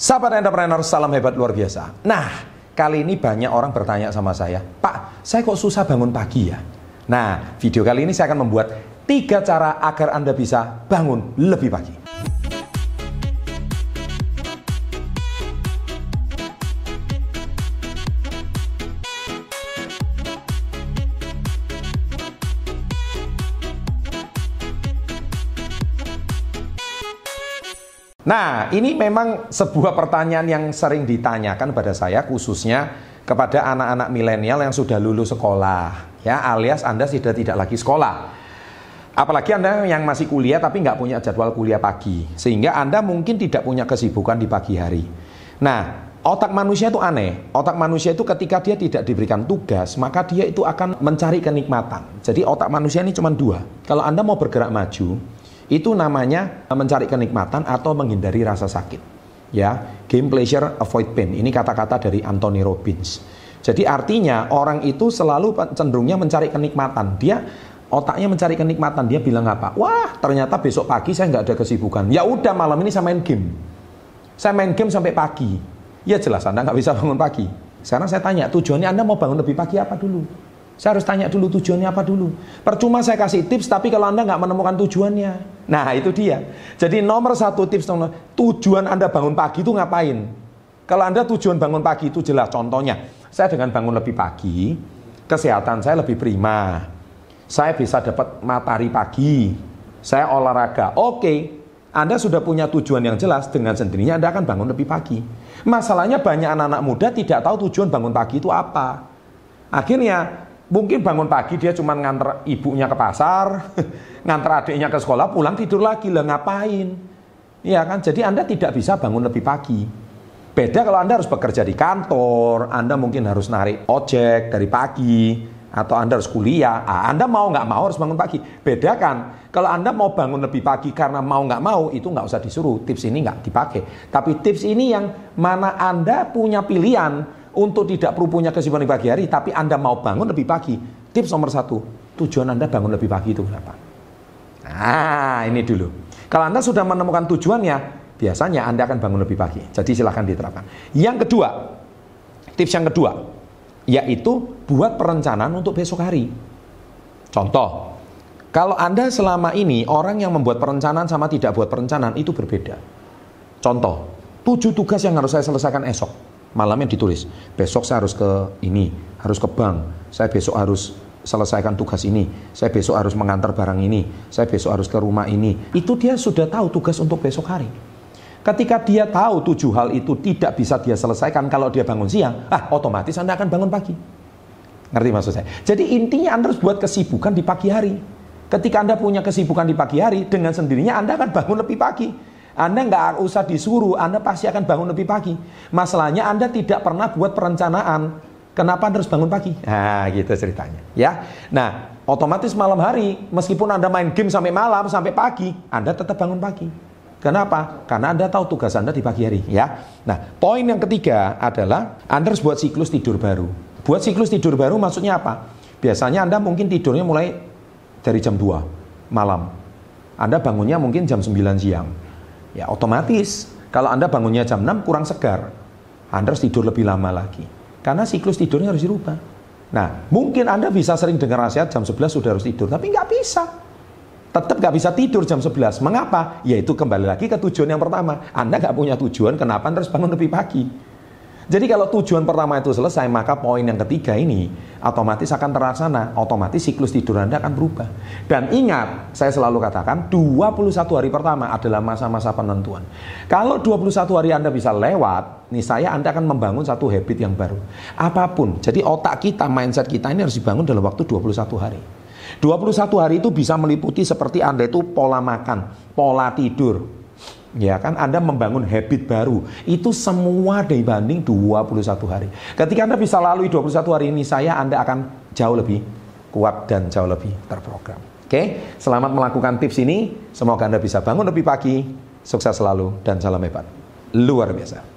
Sahabat entrepreneur, salam hebat luar biasa. Nah, kali ini banyak orang bertanya sama saya, Pak, saya kok susah bangun pagi ya? Nah, video kali ini saya akan membuat 3 cara agar Anda bisa bangun lebih pagi. Nah, ini memang sebuah pertanyaan yang sering ditanyakan pada saya, khususnya kepada anak-anak milenial yang sudah lulus sekolah, ya, alias Anda sudah tidak lagi sekolah. Apalagi Anda yang masih kuliah tapi nggak punya jadwal kuliah pagi, sehingga Anda mungkin tidak punya kesibukan di pagi hari. Nah, otak manusia itu aneh. Otak manusia itu ketika dia tidak diberikan tugas, maka dia itu akan mencari kenikmatan. Jadi otak manusia ini cuma 2. Kalau Anda mau bergerak maju, itu namanya mencari kenikmatan atau menghindari rasa sakit. Ya, gain pleasure, avoid pain. Ini kata-kata dari Anthony Robbins. Jadi artinya orang itu selalu cenderungnya mencari kenikmatan. Dia otaknya mencari kenikmatan. Dia bilang apa? Wah, ternyata besok pagi saya nggak ada kesibukan. Ya udah, malam ini saya main game. Saya main game sampai pagi. Ya jelas Anda nggak bisa bangun pagi. Sekarang saya tanya, tujuannya Anda mau bangun lebih pagi apa dulu? Saya harus tanya dulu tujuannya apa dulu. Percuma saya kasih tips tapi kalau Anda nggak menemukan tujuannya. Nah itu dia. Jadi nomor 1 tips, tujuan Anda bangun pagi itu ngapain? Kalau Anda tujuan bangun pagi itu jelas. Contohnya, saya dengan bangun lebih pagi, kesehatan saya lebih prima. Saya bisa dapat matahari pagi. Saya olahraga. Oke, Anda sudah punya tujuan yang jelas, dengan sendirinya Anda akan bangun lebih pagi. Masalahnya banyak anak-anak muda tidak tahu tujuan bangun pagi itu apa. Akhirnya mungkin bangun pagi dia cuma nganter ibunya ke pasar, nganter adiknya ke sekolah, pulang tidur lagi. Lah ngapain? Iya kan? Jadi Anda tidak bisa bangun lebih pagi. Beda kalau Anda harus bekerja di kantor, Anda mungkin harus narik ojek dari pagi, atau Anda harus kuliah. Anda mau nggak mau harus bangun pagi. Beda kan? Kalau Anda mau bangun lebih pagi karena mau nggak mau, itu nggak usah disuruh. Tips ini nggak dipakai. Tapi tips ini yang mana Anda punya pilihan untuk tidak perlu punya kesibukan di pagi hari, tapi Anda mau bangun lebih pagi. Tips nomor 1, tujuan Anda bangun lebih pagi itu kenapa? Nah, ini dulu. Kalau Anda sudah menemukan tujuannya, biasanya Anda akan bangun lebih pagi. Jadi silahkan diterapkan. Yang kedua, tips yang kedua, yaitu buat perencanaan untuk besok hari. Contoh, kalau Anda selama ini orang yang membuat perencanaan sama tidak buat perencanaan itu berbeda. Contoh, 7 tugas yang harus saya selesaikan esok. Malamnya ditulis, besok saya harus ke ini, harus ke bank, saya besok harus selesaikan tugas ini, saya besok harus mengantar barang ini, saya besok harus ke rumah ini. Itu dia sudah tahu tugas untuk besok hari. Ketika dia tahu 7 hal itu tidak bisa dia selesaikan kalau dia bangun siang, otomatis Anda akan bangun pagi. Ngerti maksud saya? Jadi intinya Anda harus buat kesibukan di pagi hari. Ketika Anda punya kesibukan di pagi hari, dengan sendirinya Anda akan bangun lebih pagi. Anda nggak usah disuruh, Anda pasti akan bangun lebih pagi. Masalahnya Anda tidak pernah buat perencanaan. Kenapa Anda harus bangun pagi? Nah, gitu ceritanya. Ya, nah, otomatis malam hari, meskipun Anda main game sampai malam, sampai pagi, Anda tetap bangun pagi. Kenapa? Karena Anda tahu tugas Anda di pagi hari. Ya, nah, poin yang ketiga adalah Anda harus buat siklus tidur baru. Buat siklus tidur baru maksudnya apa? Biasanya Anda mungkin tidurnya mulai dari jam 2 malam. Anda bangunnya mungkin jam 9 siang. Ya otomatis kalau Anda bangunnya jam 6 kurang segar, Anda harus tidur lebih lama lagi. Karena siklus tidurnya harus dirubah. Nah mungkin Anda bisa sering dengar nasihat jam 11 sudah harus tidur, tapi nggak bisa. Tetap nggak bisa tidur jam 11. Mengapa? Yaitu kembali lagi ke tujuan yang pertama. Anda nggak punya tujuan, kenapa Anda harus bangun lebih pagi? Jadi kalau tujuan pertama itu selesai, maka poin yang ketiga ini otomatis akan terlaksana. Otomatis siklus tidur Anda akan berubah. Dan ingat, saya selalu katakan 21 hari pertama adalah masa-masa penentuan. Kalau 21 hari Anda bisa lewat, Anda akan membangun satu habit yang baru. Apapun, jadi otak kita, mindset kita ini harus dibangun dalam waktu 21 hari. 21 hari itu bisa meliputi seperti Anda itu pola makan, pola tidur. Ya kan, Anda membangun habit baru. Itu semua dibanding 21 hari. Ketika Anda bisa lalui 21 hari ini, Anda akan jauh lebih kuat dan jauh lebih terprogram. Oke, selamat melakukan tips ini. Semoga Anda bisa bangun lebih pagi. Sukses selalu dan salam hebat luar biasa.